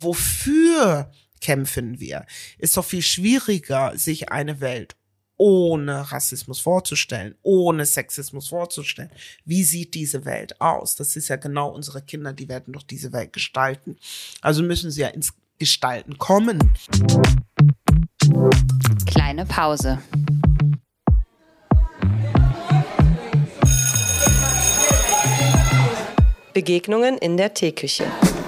Wofür kämpfen wir? Ist doch viel schwieriger, sich eine Welt ohne Rassismus vorzustellen, ohne Sexismus vorzustellen. Wie sieht diese Welt aus? Das ist ja genau unsere Kinder, die werden doch diese Welt gestalten. Also müssen sie ja ins Gestalten kommen. Kleine Pause. Begegnungen in der Teeküche.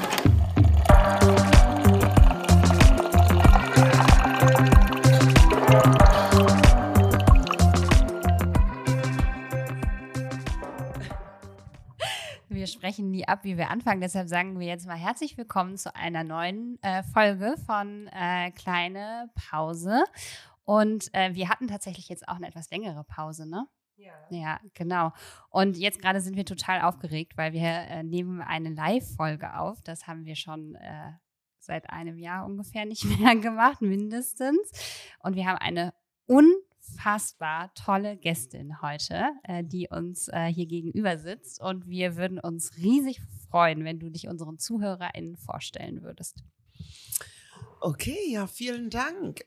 Wir sprechen nie ab, wie wir anfangen. Deshalb sagen wir jetzt mal herzlich willkommen zu einer neuen Folge von Kleine Pause. Und wir hatten tatsächlich jetzt auch eine etwas längere Pause, ne? Ja, genau. Und jetzt gerade sind wir total aufgeregt, weil wir nehmen eine Live-Folge auf. Das haben wir schon seit einem Jahr ungefähr nicht mehr gemacht, mindestens. Und wir haben eine unfassbar tolle Gästin heute, die uns hier gegenüber sitzt. Und wir würden uns riesig freuen, wenn du dich unseren ZuhörerInnen vorstellen würdest. Okay, ja, vielen Dank.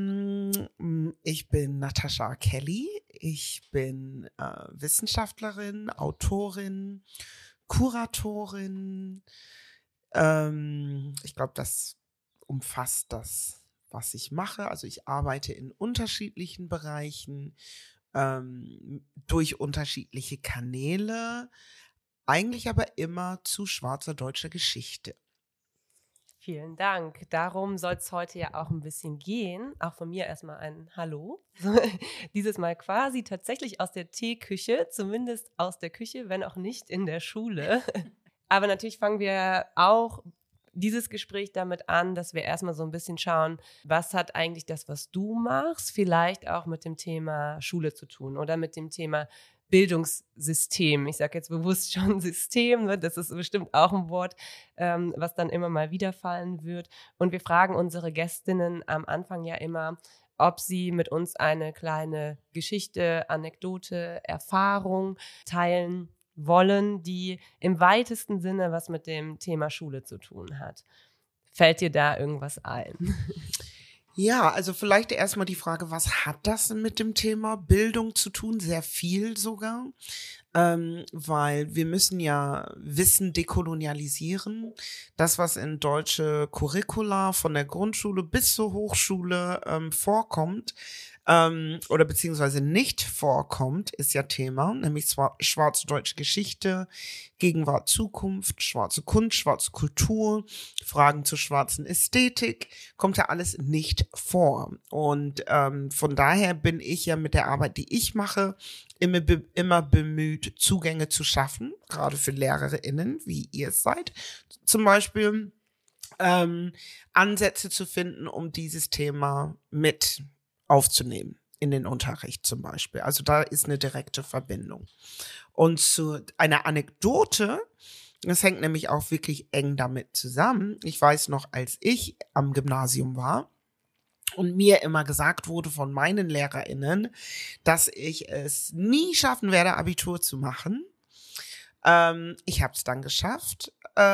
Ich bin Natascha Kelly. Ich bin Wissenschaftlerin, Autorin, Kuratorin. Ich glaube, das umfasst das, was ich mache. Also ich arbeite in unterschiedlichen Bereichen, durch unterschiedliche Kanäle, eigentlich aber immer zu schwarzer deutscher Geschichte. Vielen Dank. Darum soll es heute ja auch ein bisschen gehen. Auch von mir erstmal ein Hallo. Dieses Mal quasi tatsächlich aus der Teeküche, zumindest aus der Küche, wenn auch nicht in der Schule. Aber natürlich fangen wir auch dieses Gespräch damit an, dass wir erstmal so ein bisschen schauen, was hat eigentlich das, was du machst, vielleicht auch mit dem Thema Schule zu tun oder mit dem Thema Bildungssystem. Ich sage jetzt bewusst schon System, ne? Das ist bestimmt auch ein Wort, was dann immer mal wieder fallen wird. Und wir fragen unsere Gästinnen am Anfang ja immer, ob sie mit uns eine kleine Geschichte, Anekdote, Erfahrung teilen wollen, die im weitesten Sinne was mit dem Thema Schule zu tun hat. Fällt dir da irgendwas ein? Ja, also vielleicht erstmal die Frage, was hat das denn mit dem Thema Bildung zu tun? Sehr viel sogar, weil wir müssen ja Wissen dekolonialisieren. Das, was in deutsche Curricula von der Grundschule bis zur Hochschule vorkommt, oder beziehungsweise nicht vorkommt, ist ja Thema, nämlich schwarze deutsche Geschichte, Gegenwart, Zukunft, schwarze Kunst, schwarze Kultur, Fragen zur schwarzen Ästhetik, kommt ja alles nicht vor. Und von daher bin ich ja mit der Arbeit, die ich mache, immer bemüht, Zugänge zu schaffen, gerade für LehrerInnen, wie ihr es seid, zum Beispiel Ansätze zu finden, um dieses Thema mit aufzunehmen in den Unterricht zum Beispiel. Also da ist eine direkte Verbindung. Und zu einer Anekdote, das hängt nämlich auch wirklich eng damit zusammen. Ich weiß noch, als ich am Gymnasium war und mir immer gesagt wurde von meinen LehrerInnen, dass ich es nie schaffen werde, Abitur zu machen. Ich habe es dann geschafft.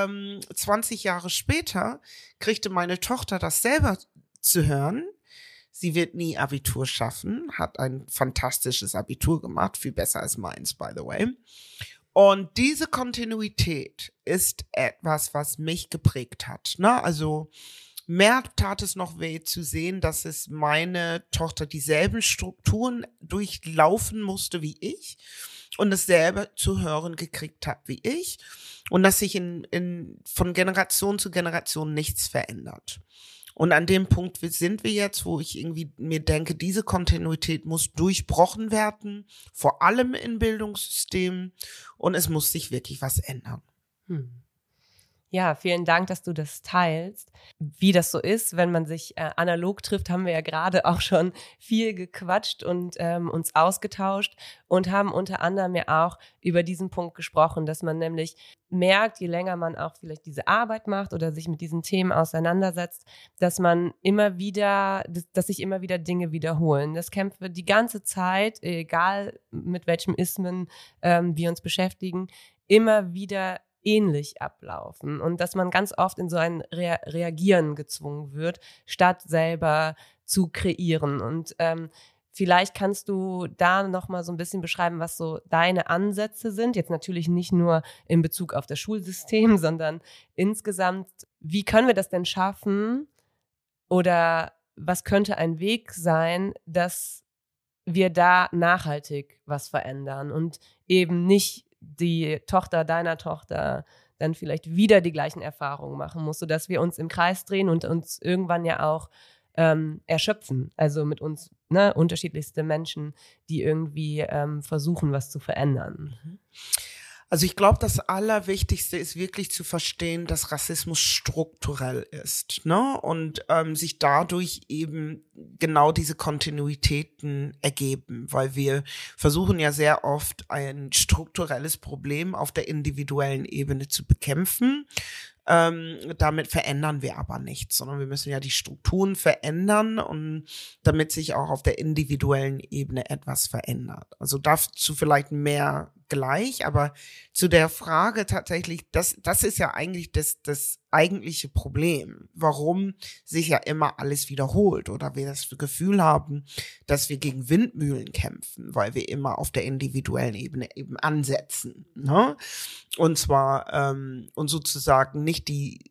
20 Jahre später kriegte meine Tochter das selber zu hören. Sie wird nie Abitur schaffen, hat ein fantastisches Abitur gemacht, viel besser als meins, by the way. Und diese Kontinuität ist etwas, was mich geprägt hat. Ne? Also mehr tat es noch weh zu sehen, dass es meine Tochter dieselben Strukturen durchlaufen musste wie ich und dasselbe zu hören gekriegt hat wie ich und dass sich von Generation zu Generation nichts verändert. Und an dem Punkt sind wir jetzt, wo ich irgendwie mir denke, diese Kontinuität muss durchbrochen werden, vor allem im Bildungssystem, und es muss sich wirklich was ändern. Ja, vielen Dank, dass du das teilst. Wie das so ist, wenn man sich analog trifft, haben wir ja gerade auch schon viel gequatscht und uns ausgetauscht und haben unter anderem ja auch über diesen Punkt gesprochen, dass man nämlich merkt, je länger man auch vielleicht diese Arbeit macht oder sich mit diesen Themen auseinandersetzt, dass man dass sich immer wieder Dinge wiederholen. Das kämpfen die ganze Zeit, egal mit welchem Ismen wir uns beschäftigen, immer wieder ähnlich ablaufen und dass man ganz oft in so ein Reagieren gezwungen wird, statt selber zu kreieren. Und vielleicht kannst du da nochmal so ein bisschen beschreiben, was so deine Ansätze sind. Jetzt natürlich nicht nur in Bezug auf das Schulsystem, sondern insgesamt, wie können wir das denn schaffen oder was könnte ein Weg sein, dass wir da nachhaltig was verändern und eben nicht die Tochter deiner Tochter dann vielleicht wieder die gleichen Erfahrungen machen muss, sodass wir uns im Kreis drehen und uns irgendwann ja auch erschöpfen. Also mit uns, ne, unterschiedlichste Menschen, die irgendwie versuchen, was zu verändern. Also ich glaube, das Allerwichtigste ist wirklich zu verstehen, dass Rassismus strukturell ist, ne? Und sich dadurch eben genau diese Kontinuitäten ergeben, weil wir versuchen ja sehr oft ein strukturelles Problem auf der individuellen Ebene zu bekämpfen. Damit verändern wir aber nichts, sondern wir müssen ja die Strukturen verändern, und damit sich auch auf der individuellen Ebene etwas verändert. Also dazu vielleicht mehr gleich, aber zu der Frage tatsächlich, das ist ja eigentlich das eigentliche Problem, warum sich ja immer alles wiederholt oder wir das Gefühl haben, dass wir gegen Windmühlen kämpfen, weil wir immer auf der individuellen Ebene eben ansetzen, ne? Und zwar und sozusagen nicht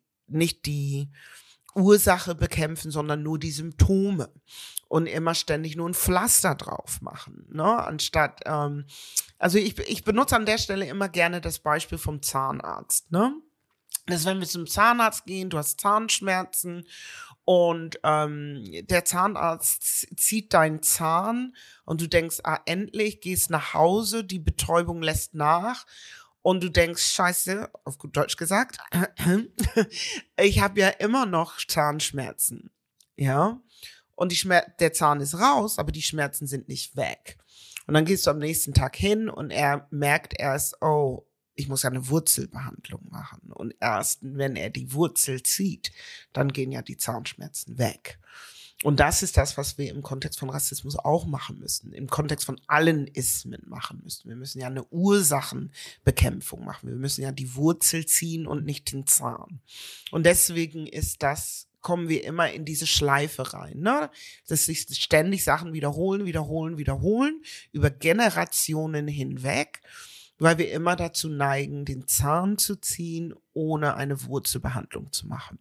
die Ursache bekämpfen, sondern nur die Symptome und immer ständig nur ein Pflaster drauf machen, ne? Anstatt, also ich benutze an der Stelle immer gerne das Beispiel vom Zahnarzt, ne? Das, wenn wir zum Zahnarzt gehen, du hast Zahnschmerzen und der Zahnarzt zieht deinen Zahn und du denkst, endlich, gehst nach Hause, die Betäubung lässt nach. Und du denkst, scheiße, auf gut Deutsch gesagt, ich habe ja immer noch Zahnschmerzen, ja. Und der Zahn ist raus, aber die Schmerzen sind nicht weg. Und dann gehst du am nächsten Tag hin und er merkt erst, oh, ich muss ja eine Wurzelbehandlung machen. Und erst wenn er die Wurzel zieht, dann gehen ja die Zahnschmerzen weg. Und das ist das, was wir im Kontext von Rassismus auch machen müssen, im Kontext von allen Ismen machen müssen. Wir müssen ja eine Ursachenbekämpfung machen. Wir müssen ja die Wurzel ziehen und nicht den Zahn. Und deswegen kommen wir immer in diese Schleife rein, ne? Dass sich ständig Sachen wiederholen, über Generationen hinweg, weil wir immer dazu neigen, den Zahn zu ziehen, ohne eine Wurzelbehandlung zu machen.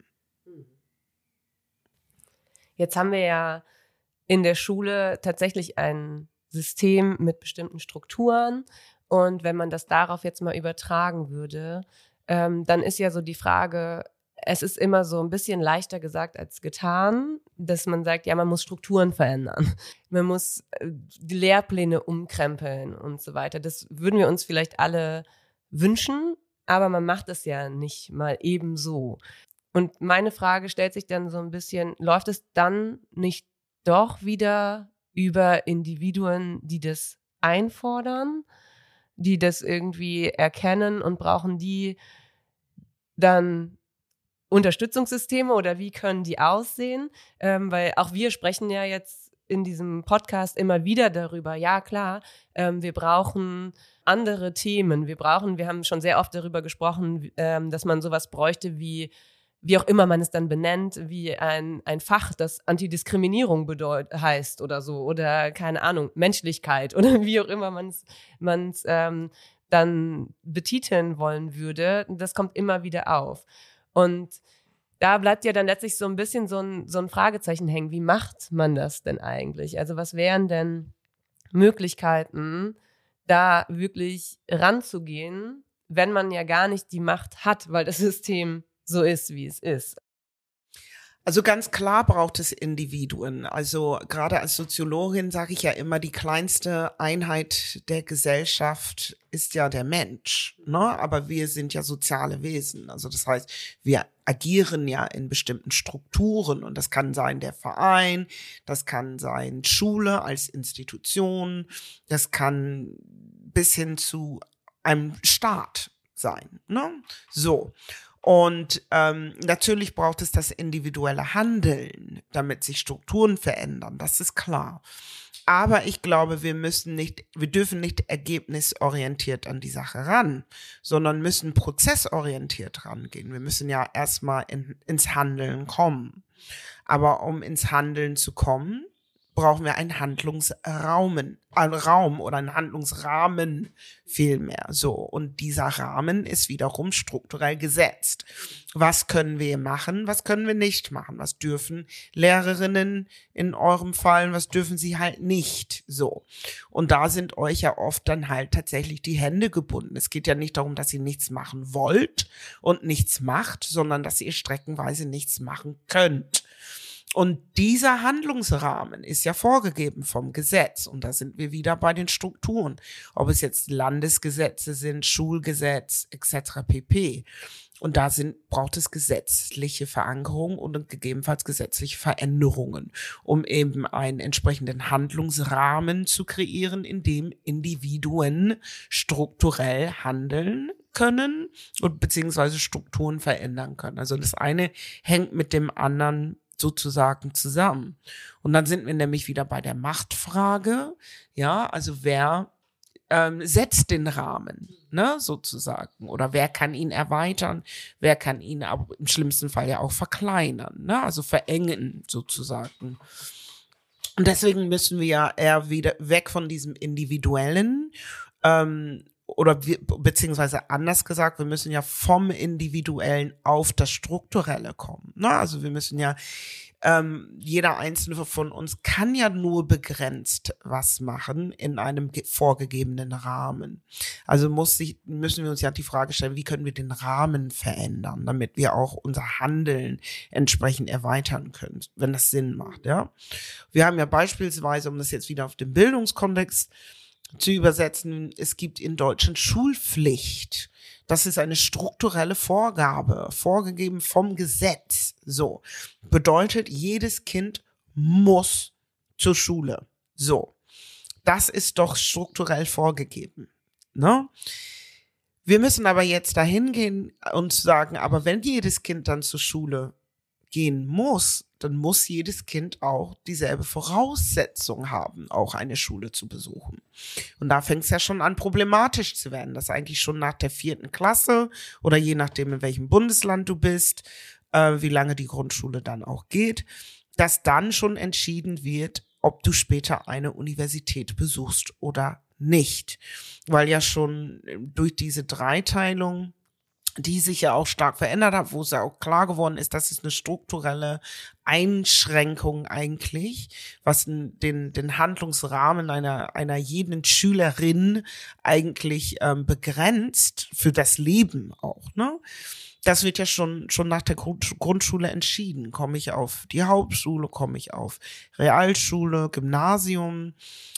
Jetzt haben wir ja in der Schule tatsächlich ein System mit bestimmten Strukturen. Und wenn man das darauf jetzt mal übertragen würde, dann ist ja so die Frage, es ist immer so ein bisschen leichter gesagt als getan, dass man sagt, ja, man muss Strukturen verändern. Man muss die Lehrpläne umkrempeln und so weiter. Das würden wir uns vielleicht alle wünschen, aber man macht es ja nicht mal eben so. Und meine Frage stellt sich dann so ein bisschen, läuft es dann nicht doch wieder über Individuen, die das einfordern, die das irgendwie erkennen, und brauchen die dann Unterstützungssysteme oder wie können die aussehen? Weil auch wir sprechen ja jetzt in diesem Podcast immer wieder darüber, ja klar, wir brauchen andere Themen. Wir haben schon sehr oft darüber gesprochen, dass man sowas bräuchte wie auch immer man es dann benennt, wie ein Fach, das Antidiskriminierung heißt oder so, oder keine Ahnung, Menschlichkeit oder wie auch immer man es dann betiteln wollen würde. Das kommt immer wieder auf. Und da bleibt ja dann letztlich so ein bisschen so ein Fragezeichen hängen. Wie macht man das denn eigentlich? Also was wären denn Möglichkeiten, da wirklich ranzugehen, wenn man ja gar nicht die Macht hat, weil das System so ist, wie es ist? Also ganz klar braucht es Individuen. Also gerade als Soziologin sage ich ja immer, die kleinste Einheit der Gesellschaft ist ja der Mensch, ne? Aber wir sind ja soziale Wesen. Also das heißt, wir agieren ja in bestimmten Strukturen, und das kann sein der Verein, das kann sein Schule als Institution, das kann bis hin zu einem Staat sein, ne? So. Und natürlich braucht es das individuelle Handeln, damit sich Strukturen verändern, das ist klar. Aber ich glaube, wir dürfen nicht ergebnisorientiert an die Sache ran, sondern müssen prozessorientiert rangehen. Wir müssen ja erstmal ins Handeln kommen. Aber um ins Handeln zu kommen, brauchen wir einen Raum oder einen Handlungsrahmen vielmehr. So. Und dieser Rahmen ist wiederum strukturell gesetzt. Was können wir machen? Was können wir nicht machen? Was dürfen Lehrerinnen in eurem Fall? Was dürfen sie halt nicht? So. Und da sind euch ja oft dann halt tatsächlich die Hände gebunden. Es geht ja nicht darum, dass ihr nichts machen wollt und nichts macht, sondern dass ihr streckenweise nichts machen könnt. Und dieser Handlungsrahmen ist ja vorgegeben vom Gesetz. Und da sind wir wieder bei den Strukturen. Ob es jetzt Landesgesetze sind, Schulgesetz etc. pp. Und da braucht es gesetzliche Verankerung und gegebenenfalls gesetzliche Veränderungen, um eben einen entsprechenden Handlungsrahmen zu kreieren, in dem Individuen strukturell handeln können und beziehungsweise Strukturen verändern können. Also das eine hängt mit dem anderen sozusagen zusammen. Und dann sind wir nämlich wieder bei der Machtfrage. Ja, also wer setzt den Rahmen, ne, sozusagen? Oder wer kann ihn erweitern? Wer kann ihn aber im schlimmsten Fall ja auch verkleinern, ne? Also verengen sozusagen. Und deswegen müssen wir ja eher wieder weg von diesem Individuellen, beziehungsweise anders gesagt, wir müssen ja vom Individuellen auf das Strukturelle kommen. Ne? Also wir müssen ja, jeder Einzelne von uns kann ja nur begrenzt was machen in einem vorgegebenen Rahmen. Also müssen wir uns ja die Frage stellen, wie können wir den Rahmen verändern, damit wir auch unser Handeln entsprechend erweitern können, wenn das Sinn macht. Ja, wir haben ja beispielsweise, um das jetzt wieder auf den Bildungskontext zu übersetzen, es gibt in Deutschland Schulpflicht. Das ist eine strukturelle Vorgabe, vorgegeben vom Gesetz. So. Bedeutet, jedes Kind muss zur Schule. So. Das ist doch strukturell vorgegeben. Ne? Wir müssen aber jetzt dahin gehen und sagen, aber wenn jedes Kind dann zur Schule gehen muss, dann muss jedes Kind auch dieselbe Voraussetzung haben, auch eine Schule zu besuchen. Und da fängt es ja schon an, problematisch zu werden, dass eigentlich schon nach der 4. Klasse oder je nachdem, in welchem Bundesland du bist, wie lange die Grundschule dann auch geht, dass dann schon entschieden wird, ob du später eine Universität besuchst oder nicht. Weil ja schon durch diese Dreiteilung, die sich ja auch stark verändert hat, wo es ja auch klar geworden ist, dass es eine strukturelle Einschränkung eigentlich, was den Handlungsrahmen einer jeden Schülerin eigentlich begrenzt für das Leben auch, ne? Das wird ja schon nach der Grundschule entschieden. Komme ich auf die Hauptschule, komme ich auf Realschule, Gymnasium,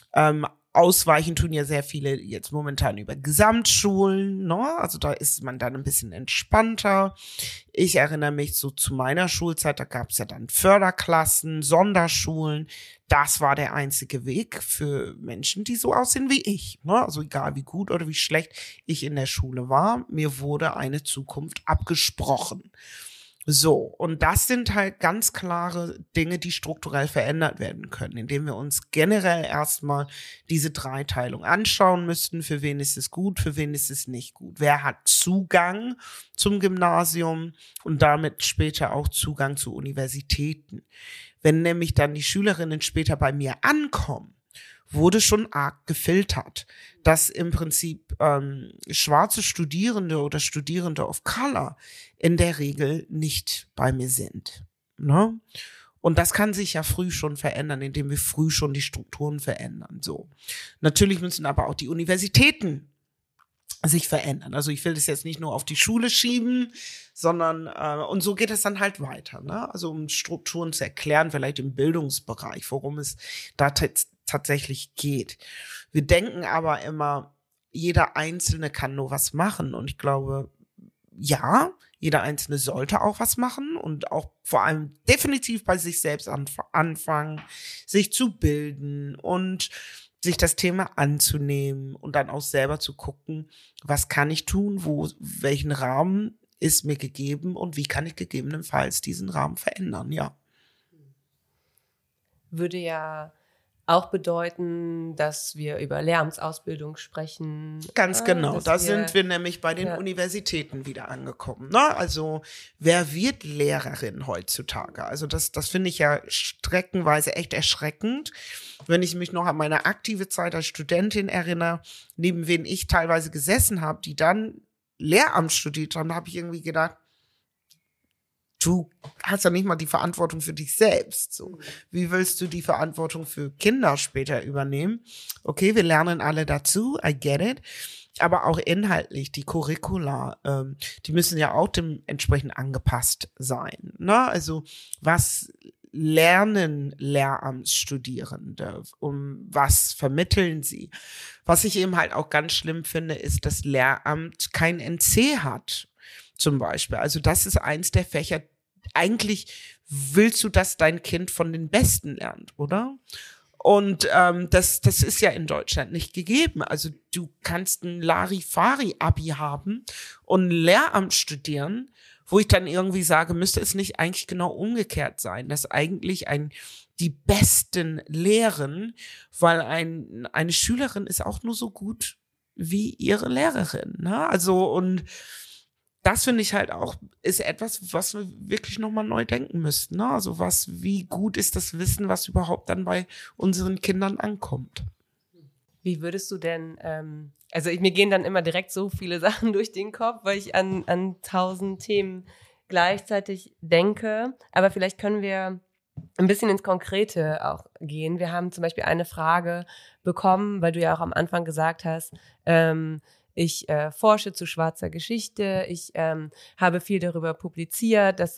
ausweichen tun ja sehr viele jetzt momentan über Gesamtschulen, ne? Also da ist man dann ein bisschen entspannter. Ich erinnere mich so zu meiner Schulzeit, da gab es ja dann Förderklassen, Sonderschulen. Das war der einzige Weg für Menschen, die so aussehen wie ich, ne? Also egal wie gut oder wie schlecht ich in der Schule war, mir wurde eine Zukunft abgesprochen. So, und das sind halt ganz klare Dinge, die strukturell verändert werden können, indem wir uns generell erstmal diese Dreiteilung anschauen müssten. Für wen ist es gut, für wen ist es nicht gut? Wer hat Zugang zum Gymnasium und damit später auch Zugang zu Universitäten? Wenn nämlich dann die Schülerinnen später bei mir ankommen, wurde schon arg gefiltert, dass im Prinzip schwarze Studierende oder Studierende of Color in der Regel nicht bei mir sind. Ne? Und das kann sich ja früh schon verändern, indem wir früh schon die Strukturen verändern. So. Natürlich müssen aber auch die Universitäten sich verändern. Also ich will das jetzt nicht nur auf die Schule schieben, sondern und so geht es dann halt weiter. Ne? Also um Strukturen zu erklären, vielleicht im Bildungsbereich, worum es da tatsächlich geht. Wir denken aber immer, jeder Einzelne kann nur was machen. Und ich glaube, ja, jeder Einzelne sollte auch was machen und auch vor allem definitiv bei sich selbst anfangen, sich zu bilden und sich das Thema anzunehmen und dann auch selber zu gucken, was kann ich tun, welchen Rahmen ist mir gegeben und wie kann ich gegebenenfalls diesen Rahmen verändern, ja. Würde ja auch bedeuten, dass wir über Lehramtsausbildung sprechen. Ganz genau, da sind wir nämlich bei den Ja. Universitäten wieder angekommen. Ne? Also wer wird Lehrerin heutzutage? Also das finde ich ja streckenweise echt erschreckend. Wenn ich mich noch an meine aktive Zeit als Studentin erinnere, neben wen ich teilweise gesessen habe, die dann Lehramt studiert haben, da habe ich irgendwie gedacht, du hast ja nicht mal die Verantwortung für dich selbst. So. Wie willst du die Verantwortung für Kinder später übernehmen? Okay, wir lernen alle dazu, I get it. Aber auch inhaltlich, die Curricula, die müssen ja auch dementsprechend angepasst sein. Ne? Also was lernen Lehramtsstudierende? Was vermitteln sie? Was ich eben halt auch ganz schlimm finde, ist, dass Lehramt kein NC hat. Zum Beispiel. Also das ist eins der Fächer, eigentlich willst du, dass dein Kind von den Besten lernt, oder? Und das ist ja in Deutschland nicht gegeben. Also du kannst ein Larifari-Abi haben und Lehramt studieren, wo ich dann irgendwie sage, müsste es nicht eigentlich genau umgekehrt sein, dass eigentlich die Besten lehren, weil eine Schülerin ist auch nur so gut wie ihre Lehrerin. Ne? Also und das finde ich halt auch, ist etwas, was wir wirklich nochmal neu denken müssten. Ne? Also wie gut ist das Wissen, was überhaupt dann bei unseren Kindern ankommt? Wie würdest du denn, mir gehen dann immer direkt so viele Sachen durch den Kopf, weil ich an 1000 Themen gleichzeitig denke. Aber vielleicht können wir ein bisschen ins Konkrete auch gehen. Wir haben zum Beispiel eine Frage bekommen, weil du ja auch am Anfang gesagt hast, ich forsche zu schwarzer Geschichte, ich habe viel darüber publiziert, das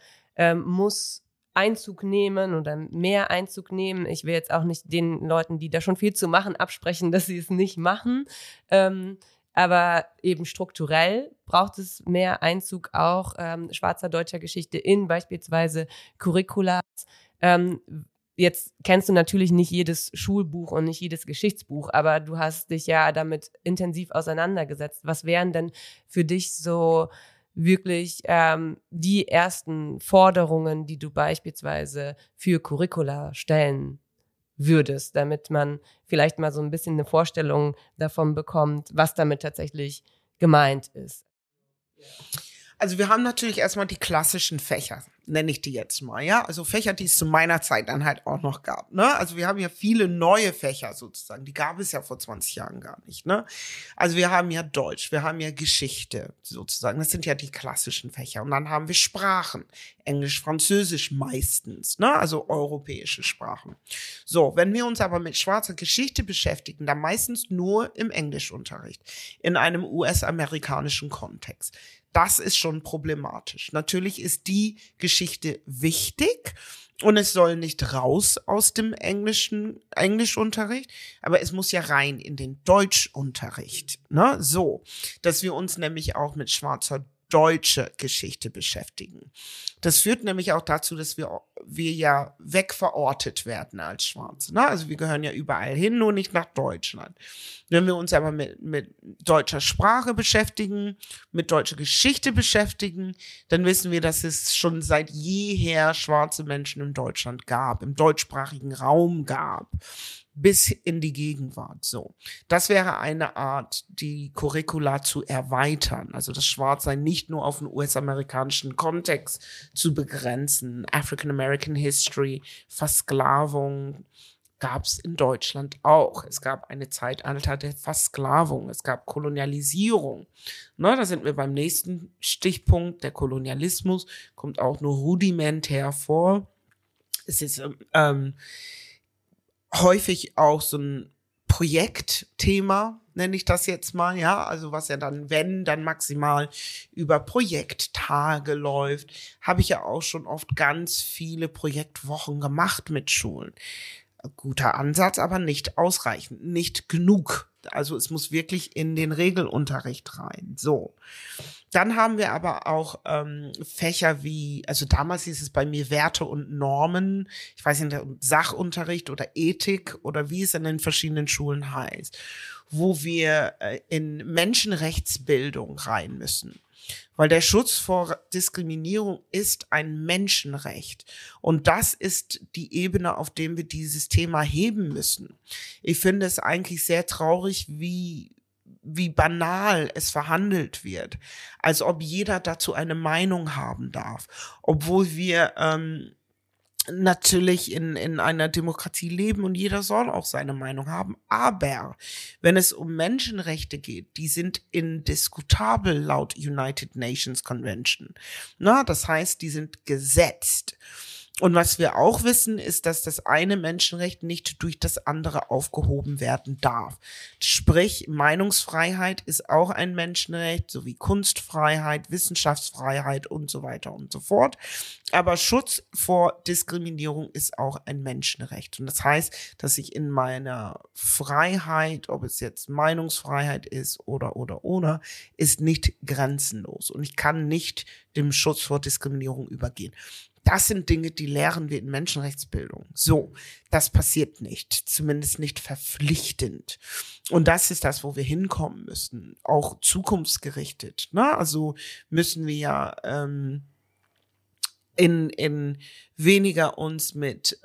muss Einzug nehmen oder mehr Einzug nehmen. Ich will jetzt auch nicht den Leuten, die da schon viel zu machen, absprechen, dass sie es nicht machen. Aber eben strukturell braucht es mehr Einzug auch schwarzer deutscher Geschichte in beispielsweise Curricula. Jetzt kennst du natürlich nicht jedes Schulbuch und nicht jedes Geschichtsbuch, aber du hast dich ja damit intensiv auseinandergesetzt. Was wären denn für dich so wirklich die ersten Forderungen, die du beispielsweise für Curricula stellen würdest, damit man vielleicht mal so ein bisschen eine Vorstellung davon bekommt, was damit tatsächlich gemeint ist? Also wir haben natürlich erstmal die klassischen Fächer, nenne ich die jetzt mal, ja. Also Fächer, die es zu meiner Zeit dann halt auch noch gab, ne. Also wir haben ja viele neue Fächer sozusagen, die gab es ja vor 20 Jahren gar nicht, ne. Also wir haben ja Deutsch, wir haben ja Geschichte sozusagen, das sind ja die klassischen Fächer. Und dann haben wir Sprachen, Englisch, Französisch meistens, ne, also europäische Sprachen. So, wenn wir uns aber mit schwarzer Geschichte beschäftigen, dann meistens nur im Englischunterricht, in einem US-amerikanischen Kontext. Das ist schon problematisch. Natürlich ist die Geschichte wichtig und es soll nicht raus aus dem Englischunterricht, aber es muss ja rein in den Deutschunterricht, ne? So, dass wir uns nämlich auch mit schwarzer deutsche Geschichte beschäftigen. Das führt nämlich auch dazu, dass wir ja wegverortet werden als Schwarze. Ne? Also wir gehören ja überall hin, nur nicht nach Deutschland. Wenn wir uns aber mit deutscher Sprache beschäftigen, mit deutscher Geschichte beschäftigen, dann wissen wir, dass es schon seit jeher schwarze Menschen in Deutschland gab, im deutschsprachigen Raum gab. Bis in die Gegenwart, so. Das wäre eine Art, die Curricula zu erweitern, also das Schwarzsein nicht nur auf den US-amerikanischen Kontext zu begrenzen. African American History, Versklavung gab es in Deutschland auch. Es gab eine Zeitalter der Versklavung, es gab Kolonialisierung. Ne, da sind wir beim nächsten Stichpunkt, der Kolonialismus, kommt auch nur rudimentär vor. Es ist häufig auch so ein Projektthema, nenne ich das jetzt mal, ja, also was ja dann maximal über Projekttage läuft, habe ich ja auch schon oft ganz viele Projektwochen gemacht mit Schulen. Guter Ansatz, aber nicht ausreichend, nicht genug. Also es muss wirklich in den Regelunterricht rein. So. Dann haben wir aber auch Fächer wie, also damals hieß es bei mir Werte und Normen, ich weiß nicht, Sachunterricht oder Ethik oder wie es in den verschiedenen Schulen heißt, wo wir in Menschenrechtsbildung rein müssen. weil der Schutz vor Diskriminierung ist ein Menschenrecht. Und das ist die Ebene, auf dem wir dieses Thema heben müssen. Ich finde es eigentlich sehr traurig, wie banal es verhandelt wird, als ob jeder dazu eine Meinung haben darf, obwohl wir natürlich in einer Demokratie leben und jeder soll auch seine Meinung haben. Aber wenn es um Menschenrechte geht, die sind indiskutabel laut United Nations Convention. Das heißt, die sind gesetzt. Und was wir auch wissen, ist, dass das eine Menschenrecht nicht durch das andere aufgehoben werden darf. Sprich, Meinungsfreiheit ist auch ein Menschenrecht, sowie Kunstfreiheit, Wissenschaftsfreiheit und so weiter und so fort. Aber Schutz vor Diskriminierung ist auch ein Menschenrecht. Und das heißt, dass ich in meiner Freiheit, ob es jetzt Meinungsfreiheit ist oder, ist nicht grenzenlos. Und ich kann nicht dem Schutz vor Diskriminierung übergehen. Das sind Dinge, die lehren wir in Menschenrechtsbildung. So, das passiert nicht, zumindest nicht verpflichtend. Und das ist das, wo wir hinkommen müssen, auch zukunftsgerichtet. Also müssen wir ja in weniger uns mit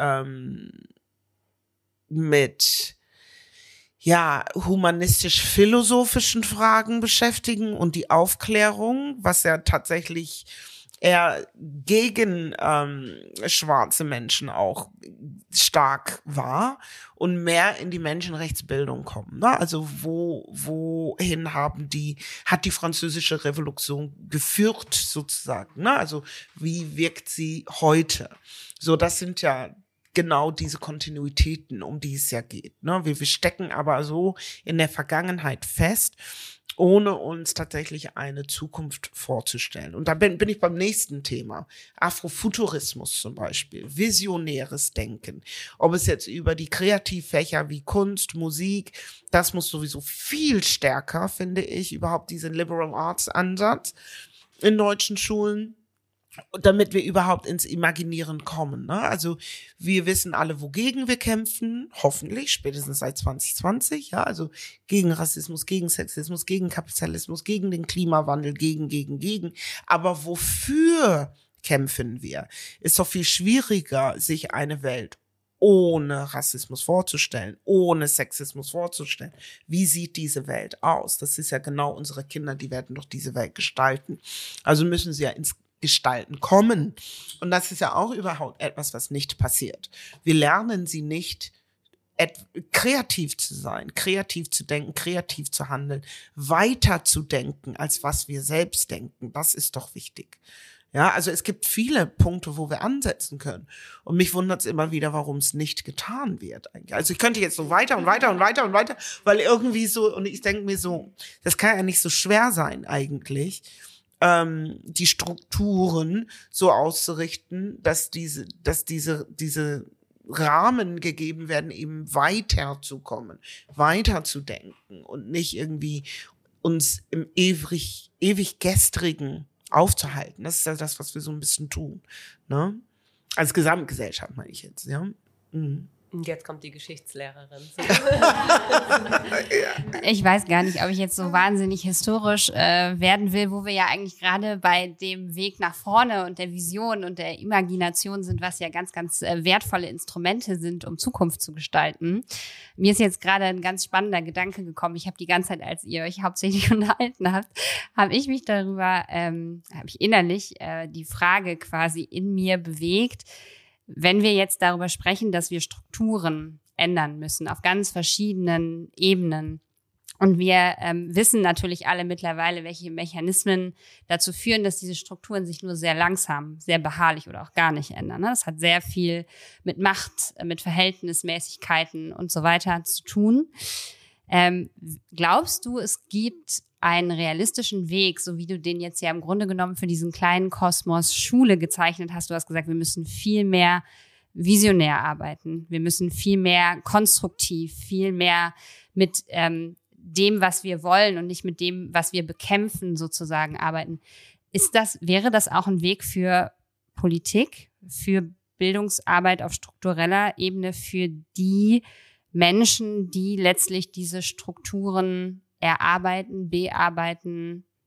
humanistisch-philosophischen Fragen beschäftigen und die Aufklärung, was ja tatsächlich eher gegen schwarze Menschen auch stark war und mehr in die Menschenrechtsbildung kommen. Also wohin hat die französische Revolution geführt sozusagen? Also wie wirkt sie heute? So, das sind ja genau diese Kontinuitäten, um die es ja geht. Wir stecken aber so in der Vergangenheit fest, ohne uns tatsächlich eine Zukunft vorzustellen. Und da bin ich beim nächsten Thema. Afrofuturismus zum Beispiel, visionäres Denken. Ob es jetzt über die Kreativfächer wie Kunst, Musik, das muss sowieso viel stärker, finde ich, überhaupt diesen Liberal Arts Ansatz in deutschen Schulen, damit wir überhaupt ins Imaginieren kommen. Also wir wissen alle, wogegen wir kämpfen, hoffentlich, spätestens seit 2020, also gegen Rassismus, gegen Sexismus, gegen Kapitalismus, gegen den Klimawandel, gegen. Aber wofür kämpfen wir? Ist doch viel schwieriger, sich eine Welt ohne Rassismus vorzustellen, ohne Sexismus vorzustellen. Wie sieht diese Welt aus? Das ist ja genau unsere Kinder, die werden doch diese Welt gestalten. Also müssen sie ja ins Gestalten kommen. Und das ist ja auch überhaupt etwas, was nicht passiert. Wir lernen sie nicht, kreativ zu sein, kreativ zu denken, kreativ zu handeln, weiter zu denken, als was wir selbst denken. Das ist doch wichtig. Ja, also es gibt viele Punkte, wo wir ansetzen können. Und mich wundert es immer wieder, warum es nicht getan wird. Also ich könnte jetzt so weiter, weil irgendwie so, und ich denke mir so, das kann ja nicht so schwer sein eigentlich, die Strukturen so auszurichten, dass diese Rahmen gegeben werden, eben weiterzukommen, weiterzudenken und nicht irgendwie uns im ewig Gestrigen aufzuhalten. Das ist ja das, was wir so ein bisschen tun. Als Gesamtgesellschaft meine ich jetzt, ja. Mhm. Und jetzt kommt die Geschichtslehrerin. Ich weiß gar nicht, ob ich jetzt so wahnsinnig historisch werden will, wo wir ja eigentlich gerade bei dem Weg nach vorne und der Vision und der Imagination sind, was ja ganz, ganz wertvolle Instrumente sind, um Zukunft zu gestalten. Mir ist jetzt gerade ein ganz spannender Gedanke gekommen. Ich habe die ganze Zeit, als ihr euch hauptsächlich unterhalten habt, habe ich mich darüber, habe ich innerlich die Frage quasi in mir bewegt, wenn wir jetzt darüber sprechen, dass wir Strukturen ändern müssen auf ganz verschiedenen Ebenen. Und wir wissen natürlich alle mittlerweile, welche Mechanismen dazu führen, dass diese Strukturen sich nur sehr langsam, sehr beharrlich oder auch gar nicht ändern. Das hat sehr viel mit Macht, mit Verhältnismäßigkeiten und so weiter zu tun. Glaubst du, es gibt einen realistischen Weg, so wie du den jetzt ja im Grunde genommen für diesen kleinen Kosmos Schule gezeichnet hast? Du hast gesagt, wir müssen viel mehr visionär arbeiten. Wir müssen viel mehr konstruktiv, viel mehr mit dem, was wir wollen und nicht mit dem, was wir bekämpfen, sozusagen arbeiten. Wäre das auch ein Weg für Politik, für Bildungsarbeit auf struktureller Ebene, für die Menschen, die letztlich diese Strukturen erarbeiten, bearbeiten,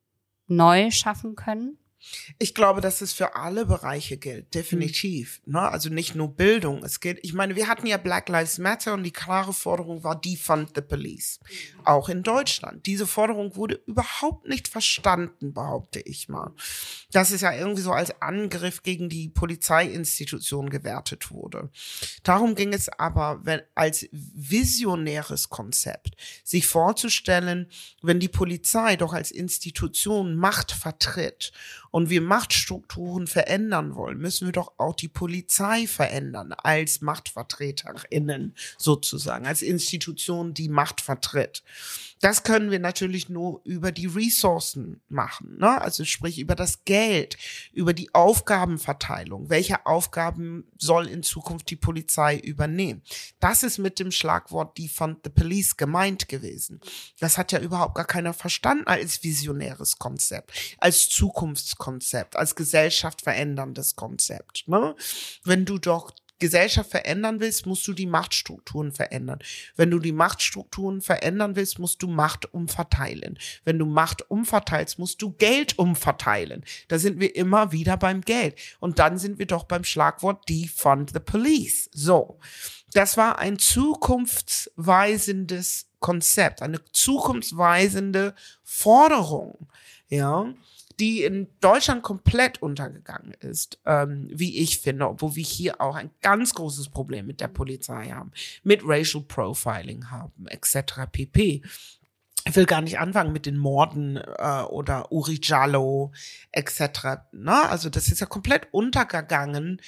neu schaffen können? Ich glaube, dass es für alle Bereiche gilt, definitiv. Ne? Also nicht nur Bildung. Es geht, ich meine, wir hatten ja Black Lives Matter und die klare Forderung war Defund the Police. Auch in Deutschland. Diese Forderung wurde überhaupt nicht verstanden, behaupte ich mal. Dass es ja irgendwie so als Angriff gegen die Polizeiinstitution gewertet wurde. Darum ging es aber, als visionäres Konzept, sich vorzustellen, wenn die Polizei doch als Institution Macht vertritt und wir Machtstrukturen verändern wollen, müssen wir doch auch die Polizei verändern als MachtvertreterInnen sozusagen, als Institution, die Macht vertritt. Das können wir natürlich nur über die Ressourcen machen, ne? Also sprich über das Geld, über die Aufgabenverteilung. Welche Aufgaben soll in Zukunft die Polizei übernehmen? Das ist mit dem Schlagwort Defund the Police gemeint gewesen. Das hat ja überhaupt gar keiner verstanden als visionäres Konzept, als Zukunftskonzept, als Gesellschaft veränderndes Konzept, ne? Wenn du doch Gesellschaft verändern willst, musst du die Machtstrukturen verändern. Wenn du die Machtstrukturen verändern willst, musst du Macht umverteilen. Wenn du Macht umverteilst, musst du Geld umverteilen. Da sind wir immer wieder beim Geld. Und dann sind wir doch beim Schlagwort Defund the Police. So. Das war ein zukunftsweisendes Konzept, eine zukunftsweisende Forderung, ja, die in Deutschland komplett untergegangen ist, wie ich finde, obwohl wir hier auch ein ganz großes Problem mit der Polizei haben, mit Racial Profiling haben, etc. pp. Ich will gar nicht anfangen mit den Morden oder Uri Jallo, etc. Ne? Also das ist ja komplett untergegangen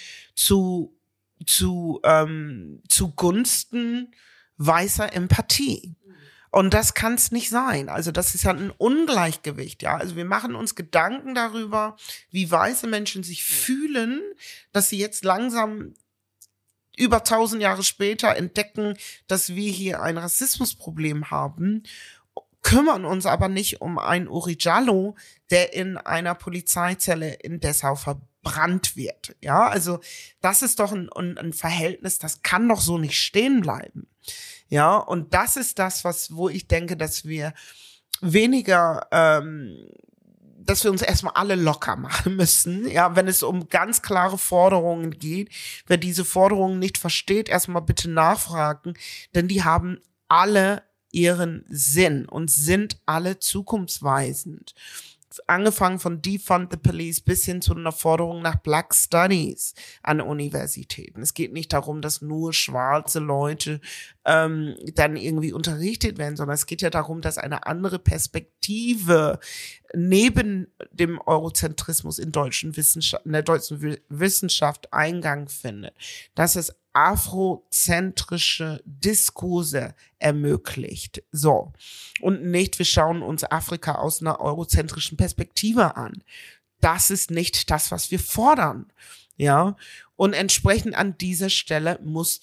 zugunsten weißer Empathie. Und das kann es nicht sein. Also das ist ja ein Ungleichgewicht, ja. Also wir machen uns Gedanken darüber, wie weiße Menschen sich fühlen, dass sie jetzt langsam über 1000 Jahre später entdecken, dass wir hier ein Rassismusproblem haben, kümmern uns aber nicht um einen Uri Jallo, der in einer Polizeizelle in Dessau verbrannt wird. Ja, also das ist doch ein Verhältnis, das kann doch so nicht stehen bleiben. Ja, und das ist das, wo ich denke, dass wir weniger, dass wir uns erstmal alle locker machen müssen, ja, wenn es um ganz klare Forderungen geht. Wer diese Forderungen nicht versteht, erstmal bitte nachfragen, denn die haben alle ihren Sinn und sind alle zukunftsweisend. Angefangen von Defund the Police bis hin zu einer Forderung nach Black Studies an Universitäten. Es geht nicht darum, dass nur schwarze Leute dann irgendwie unterrichtet werden, sondern es geht ja darum, dass eine andere Perspektive neben dem Eurozentrismus in der deutschen Wissenschaft Eingang findet. Dass es afrozentrische Diskurse ermöglicht. So. Und nicht, wir schauen uns Afrika aus einer eurozentrischen Perspektive an. Das ist nicht das, was wir fordern. Ja. Und entsprechend an dieser Stelle muss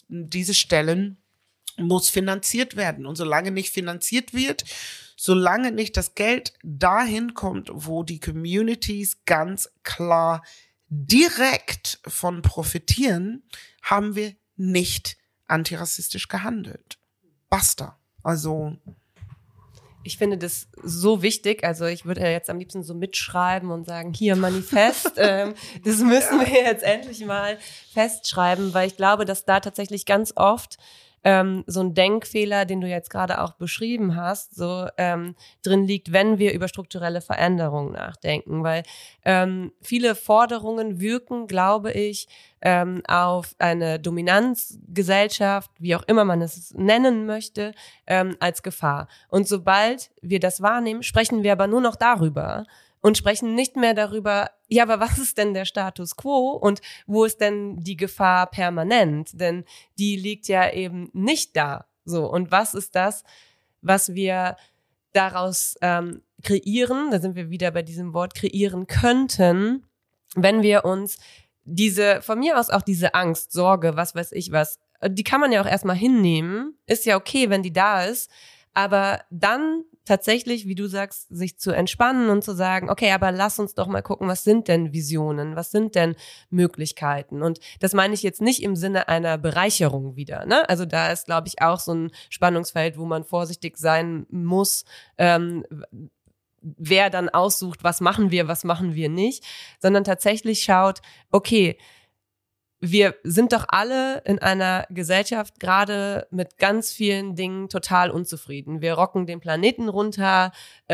finanziert werden. Und solange nicht finanziert wird, solange nicht das Geld dahin kommt, wo die Communities ganz klar direkt von profitieren, haben wir nicht antirassistisch gehandelt. Basta. Also ich finde das so wichtig, also ich würde ja jetzt am liebsten so mitschreiben und sagen, hier Manifest, das müssen wir jetzt endlich mal festschreiben, weil ich glaube, dass da tatsächlich ganz oft so ein Denkfehler, den du jetzt gerade auch beschrieben hast, so drin liegt, wenn wir über strukturelle Veränderungen nachdenken, weil viele Forderungen wirken, glaube ich, auf eine Dominanzgesellschaft, wie auch immer man es nennen möchte, als Gefahr. Und sobald wir das wahrnehmen, sprechen wir aber nur noch darüber und sprechen nicht mehr darüber, ja, aber was ist denn der Status quo und wo ist denn die Gefahr permanent? Denn die liegt ja eben nicht da. So, und was ist das, was wir daraus kreieren? Da sind wir wieder bei diesem Wort kreieren könnten, wenn wir uns von mir aus auch diese Angst, Sorge, was weiß ich was, die kann man ja auch erstmal hinnehmen. Ist ja okay, wenn die da ist. Aber dann tatsächlich, wie du sagst, sich zu entspannen und zu sagen, okay, aber lass uns doch mal gucken, was sind denn Visionen, was sind denn Möglichkeiten? Und das meine ich jetzt nicht im Sinne einer Bereicherung wieder, ne? Also da ist, glaube ich, auch so ein Spannungsfeld, wo man vorsichtig sein muss, wer dann aussucht, was machen wir nicht, sondern tatsächlich schaut, okay, wir sind doch alle in einer Gesellschaft gerade mit ganz vielen Dingen total unzufrieden. Wir rocken den Planeten runter,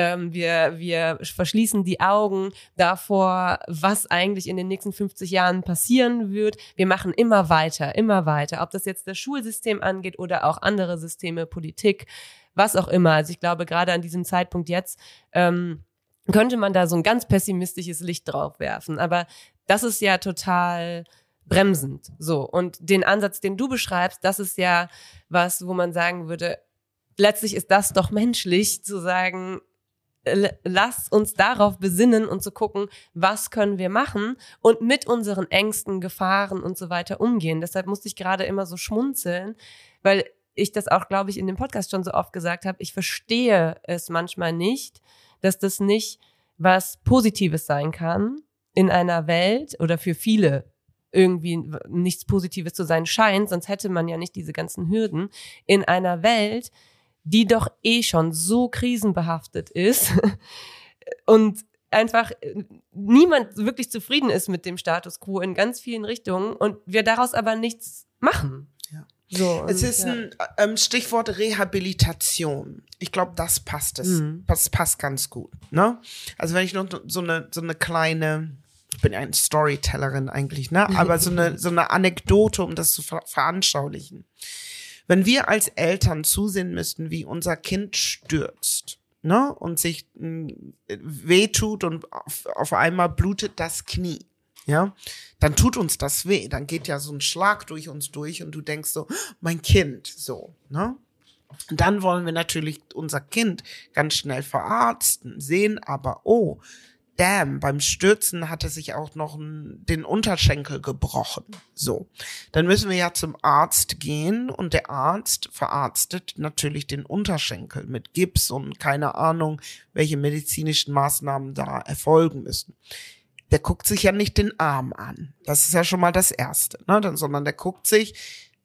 wir verschließen die Augen davor, was eigentlich in den nächsten 50 Jahren passieren wird. Wir machen immer weiter, ob das jetzt das Schulsystem angeht oder auch andere Systeme, Politik, was auch immer. Also ich glaube, gerade an diesem Zeitpunkt jetzt könnte man da so ein ganz pessimistisches Licht drauf werfen. Aber das ist ja total bremsend, so. Und den Ansatz, den du beschreibst, das ist ja was, wo man sagen würde, letztlich ist das doch menschlich, zu sagen, lass uns darauf besinnen und zu gucken, was können wir machen und mit unseren Ängsten, Gefahren und so weiter umgehen. Deshalb musste ich gerade immer so schmunzeln, weil ich das auch, glaube ich, in dem Podcast schon so oft gesagt habe, ich verstehe es manchmal nicht, dass das nicht was Positives sein kann in einer Welt oder für viele irgendwie nichts Positives zu sein scheint, sonst hätte man ja nicht diese ganzen Hürden, in einer Welt, die doch schon so krisenbehaftet ist und einfach niemand wirklich zufrieden ist mit dem Status quo in ganz vielen Richtungen und wir daraus aber nichts machen. Ja. So, es ist ein Stichwort Rehabilitation. Ich glaube, das passt Das passt ganz gut. Ne? Also wenn ich noch so eine kleine, ich bin ja eine Storytellerin eigentlich, ne? Aber so eine Anekdote, um das zu veranschaulichen. Wenn wir als Eltern zusehen müssten, wie unser Kind stürzt, ne? Und sich wehtut und auf einmal blutet das Knie, ja, dann tut uns das weh. Dann geht ja so ein Schlag durch uns durch und du denkst so, mein Kind, so, ne? Und dann wollen wir natürlich unser Kind ganz schnell verarzten, sehen aber, oh, damn, beim Stürzen hat er sich auch noch den Unterschenkel gebrochen. So, dann müssen wir ja zum Arzt gehen und der Arzt verarztet natürlich den Unterschenkel mit Gips und keine Ahnung, welche medizinischen Maßnahmen da erfolgen müssen. Der guckt sich ja nicht den Arm an. Das ist ja schon mal das Erste, ne? Sondern der guckt sich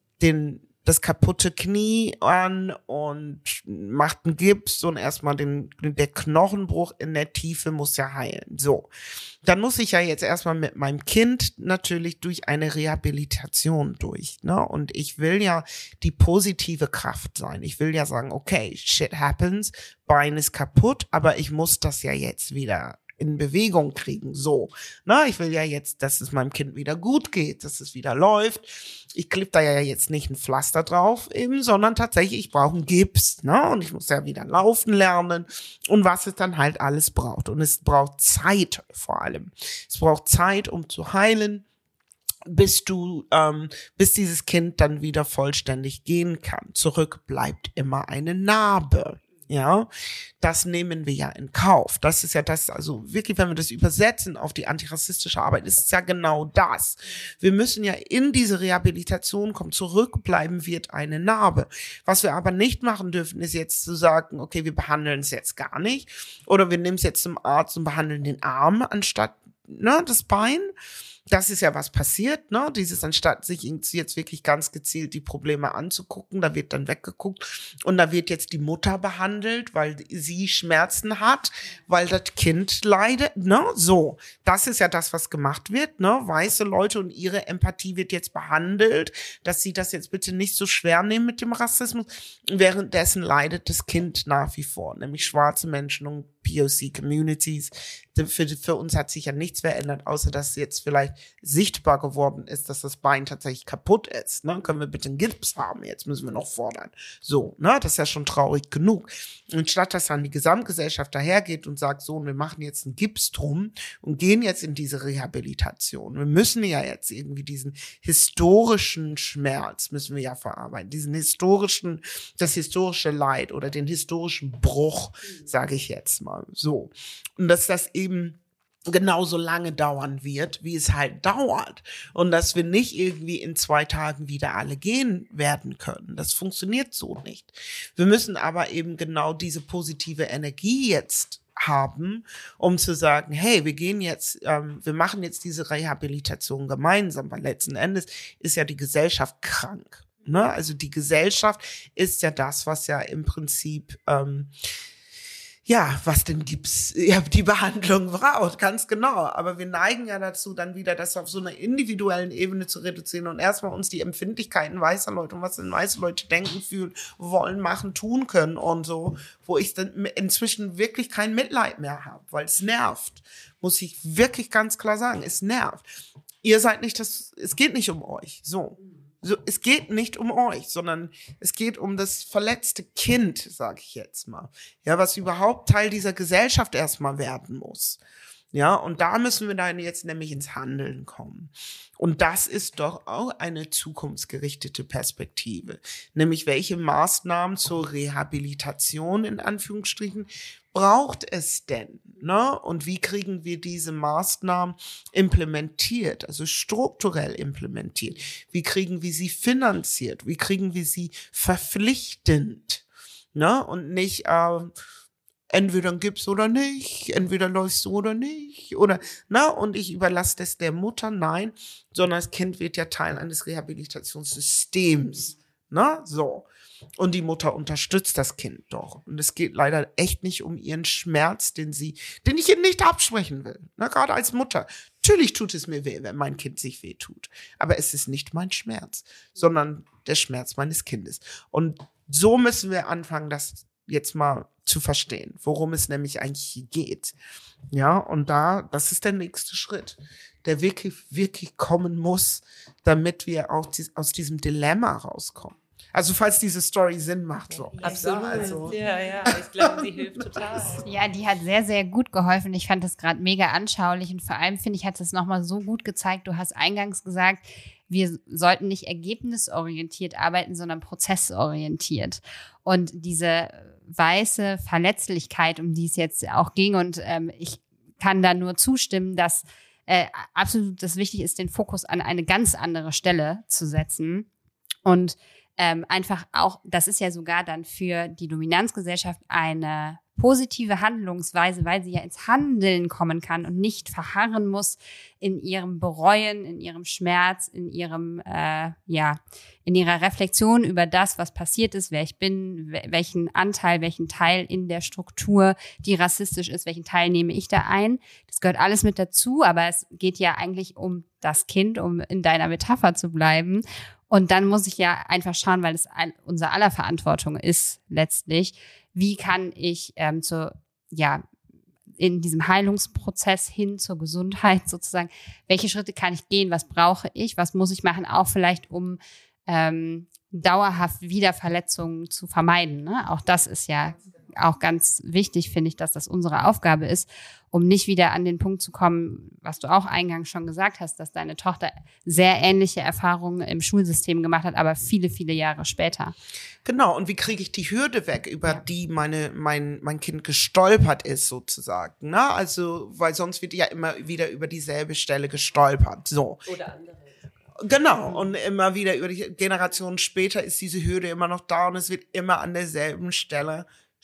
das kaputte Knie an und macht einen Gips und erstmal der Knochenbruch in der Tiefe muss ja heilen. So. Dann muss ich ja jetzt erstmal mit meinem Kind natürlich durch eine Rehabilitation durch, ne? Und ich will ja die positive Kraft sein. Ich will ja sagen, okay, shit happens, Bein ist kaputt, aber ich muss das ja jetzt wieder in Bewegung kriegen, so. Na, ich will ja jetzt, dass es meinem Kind wieder gut geht, dass es wieder läuft. Ich klebe da ja jetzt nicht ein Pflaster drauf eben, sondern tatsächlich, ich brauche einen Gips, ne? Und ich muss ja wieder laufen lernen und was es dann halt alles braucht. Und es braucht Zeit vor allem. Es braucht Zeit, um zu heilen, bis dieses Kind dann wieder vollständig gehen kann. Zurück bleibt immer eine Narbe. Ja, das nehmen wir ja in Kauf. Das ist ja das, also wirklich, wenn wir das übersetzen auf die antirassistische Arbeit, ist es ja genau das. Wir müssen ja in diese Rehabilitation kommen. Zurückbleiben wird eine Narbe. Was wir aber nicht machen dürfen, ist jetzt zu sagen, okay, wir behandeln es jetzt gar nicht. Oder wir nehmen es jetzt zum Arzt und behandeln den Arm anstatt, ne, das Bein. Das ist ja was passiert, ne? Anstatt sich jetzt wirklich ganz gezielt die Probleme anzugucken, da wird dann weggeguckt und da wird jetzt die Mutter behandelt, weil sie Schmerzen hat, weil das Kind leidet, ne? So, das ist ja das, was gemacht wird, ne? Weiße Leute und ihre Empathie wird jetzt behandelt, dass sie das jetzt bitte nicht so schwer nehmen mit dem Rassismus. Währenddessen leidet das Kind nach wie vor, nämlich schwarze Menschen und POC-Communities. Für uns hat sich ja nichts verändert, außer dass jetzt vielleicht sichtbar geworden ist, dass das Bein tatsächlich kaputt ist. Ne? Können wir bitte einen Gips haben? Jetzt müssen wir noch fordern. So, ne? Das ist ja schon traurig genug. Und statt dass dann die Gesamtgesellschaft dahergeht und sagt, so, wir machen jetzt einen Gips drum und gehen jetzt in diese Rehabilitation. Wir müssen ja jetzt irgendwie diesen historischen Schmerz müssen wir ja verarbeiten. Das historische Leid oder den historischen Bruch, sage ich jetzt mal. So. Und dass das eben genauso lange dauern wird, wie es halt dauert. Und dass wir nicht irgendwie in 2 Tagen wieder alle gehen werden können. Das funktioniert so nicht. Wir müssen aber eben genau diese positive Energie jetzt haben, um zu sagen, hey, wir machen jetzt diese Rehabilitation gemeinsam, weil letzten Endes ist ja die Gesellschaft krank. Ne? Also die Gesellschaft ist ja das, was ja im Prinzip ja, was denn gibt's? Ja, die Behandlung braucht, ganz genau. Aber wir neigen ja dazu, dann wieder das auf so einer individuellen Ebene zu reduzieren und erstmal uns die Empfindlichkeiten weißer Leute und was denn weiße Leute denken, fühlen, wollen, machen, tun können und so, wo ich dann inzwischen wirklich kein Mitleid mehr habe, weil es nervt. Muss ich wirklich ganz klar sagen, es nervt. Ihr seid nicht es geht nicht um euch, so. Es geht nicht um euch, sondern es geht um das verletzte Kind, sage ich jetzt mal. Ja, was überhaupt Teil dieser Gesellschaft erstmal werden muss. Ja, und da müssen wir dann jetzt nämlich ins Handeln kommen. Und das ist doch auch eine zukunftsgerichtete Perspektive. Nämlich, welche Maßnahmen zur Rehabilitation in Anführungsstrichen braucht es denn? Ne? Und wie kriegen wir diese Maßnahmen implementiert, also strukturell implementiert? Wie kriegen wir sie finanziert? Wie kriegen wir sie verpflichtend? Ne? Und nicht entweder gibt's oder nicht, entweder läufst du oder nicht, oder, und ich überlasse das der Mutter, nein, sondern das Kind wird ja Teil eines Rehabilitationssystems, so. Und die Mutter unterstützt das Kind doch. Und es geht leider echt nicht um ihren Schmerz, den ich ihr nicht absprechen will, gerade als Mutter. Natürlich tut es mir weh, wenn mein Kind sich weh tut. Aber es ist nicht mein Schmerz, sondern der Schmerz meines Kindes. Und so müssen wir anfangen, das jetzt mal zu verstehen, worum es nämlich eigentlich hier geht. Ja, und das ist der nächste Schritt, der wirklich, wirklich kommen muss, damit wir auch aus diesem Dilemma rauskommen. Also falls diese Story Sinn macht. So. Absolut. Also. Ja, ich glaube, die hilft total. Ja, die hat sehr, sehr gut geholfen. Ich fand das gerade mega anschaulich und vor allem, finde ich, hat es nochmal so gut gezeigt. Du hast eingangs gesagt, wir sollten nicht ergebnisorientiert arbeiten, sondern prozessorientiert. Und diese weiße Verletzlichkeit, um die es jetzt auch ging, und ich kann da nur zustimmen, dass absolut das wichtig ist, den Fokus an eine ganz andere Stelle zu setzen. Und einfach auch, das ist ja sogar dann für die Dominanzgesellschaft eine positive Handlungsweise, weil sie ja ins Handeln kommen kann und nicht verharren muss in ihrem Bereuen, in ihrem Schmerz, in ihrem, in ihrer Reflexion über das, was passiert ist, wer ich bin, welchen Teil in der Struktur, die rassistisch ist, welchen Teil nehme ich da ein. Das gehört alles mit dazu, aber es geht ja eigentlich um das Kind, um in deiner Metapher zu bleiben. Und dann muss ich ja einfach schauen, weil es unser aller Verantwortung ist letztlich, wie kann ich in diesem Heilungsprozess hin zur Gesundheit sozusagen, welche Schritte kann ich gehen, was brauche ich, was muss ich machen, auch vielleicht um dauerhaft Wiederverletzungen zu vermeiden. Ne? Auch das ist ja auch ganz wichtig, finde ich, dass das unsere Aufgabe ist, um nicht wieder an den Punkt zu kommen, was du auch eingangs schon gesagt hast, dass deine Tochter sehr ähnliche Erfahrungen im Schulsystem gemacht hat, aber viele, viele Jahre später. Genau, und wie kriege ich die Hürde weg, über die mein Kind gestolpert ist sozusagen. Ne? Also, weil sonst wird ja immer wieder über dieselbe Stelle gestolpert. So. Oder andere. Genau, und immer wieder über die Generationen später ist diese Hürde immer noch da und es wird immer an derselben Stelle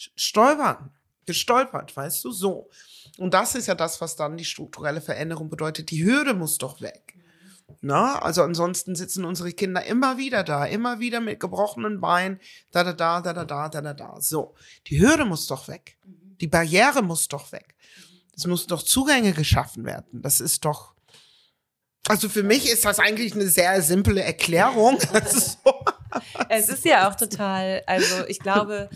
gestolpert, weißt du, so. Und das ist ja das, was dann die strukturelle Veränderung bedeutet. Die Hürde muss doch weg. Na, also ansonsten sitzen unsere Kinder immer wieder mit gebrochenen Beinen, da. So, die Hürde muss doch weg. Die Barriere muss doch weg. Es müssen doch Zugänge geschaffen werden. Das ist doch, also für mich ist das eigentlich eine sehr simple Erklärung. Es ist ja auch total, also ich glaube,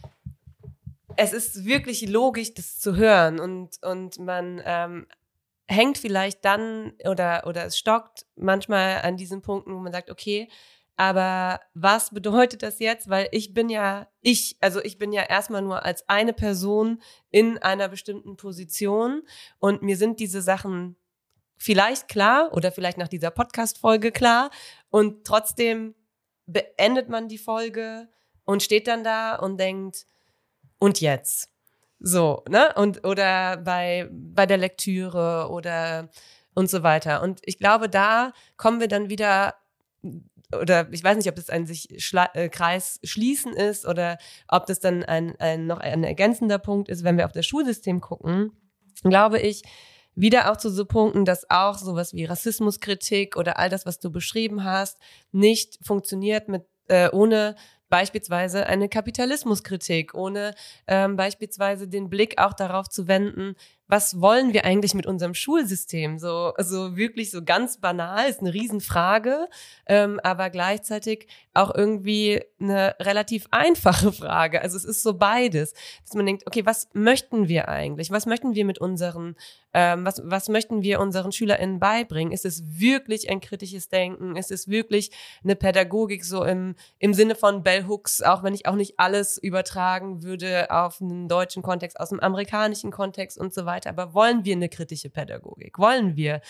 es ist wirklich logisch, das zu hören und man hängt vielleicht dann oder es stockt manchmal an diesen Punkten, wo man sagt, okay, aber was bedeutet das jetzt? Weil ich bin ja erstmal nur als eine Person in einer bestimmten Position und mir sind diese Sachen vielleicht klar oder vielleicht nach dieser Podcast-Folge klar und trotzdem beendet man die Folge und steht dann da und denkt, und jetzt? So, ne? Oder bei der Lektüre oder und so weiter. Und ich glaube, da kommen wir dann wieder, oder ich weiß nicht, ob das ein Kreis schließen ist oder ob das dann noch ein ergänzender Punkt ist, wenn wir auf das Schulsystem gucken, glaube ich, wieder auch zu so Punkten, dass auch sowas wie Rassismuskritik oder all das, was du beschrieben hast, nicht funktioniert ohne beispielsweise eine Kapitalismuskritik, ohne beispielsweise den Blick auch darauf zu wenden, was wollen wir eigentlich mit unserem Schulsystem? So wirklich so ganz banal, ist eine Riesenfrage, aber gleichzeitig auch irgendwie eine relativ einfache Frage. Also es ist so beides, dass man denkt, okay, was möchten wir eigentlich? Was möchten wir mit unseren, was möchten wir unseren SchülerInnen beibringen? Ist es wirklich ein kritisches Denken? Ist es wirklich eine Pädagogik so im Sinne von Bell Hooks, auch wenn ich auch nicht alles übertragen würde auf einen deutschen Kontext, aus dem amerikanischen Kontext und so weiter. Aber wollen wir eine kritische Pädagogik? Wollen wir,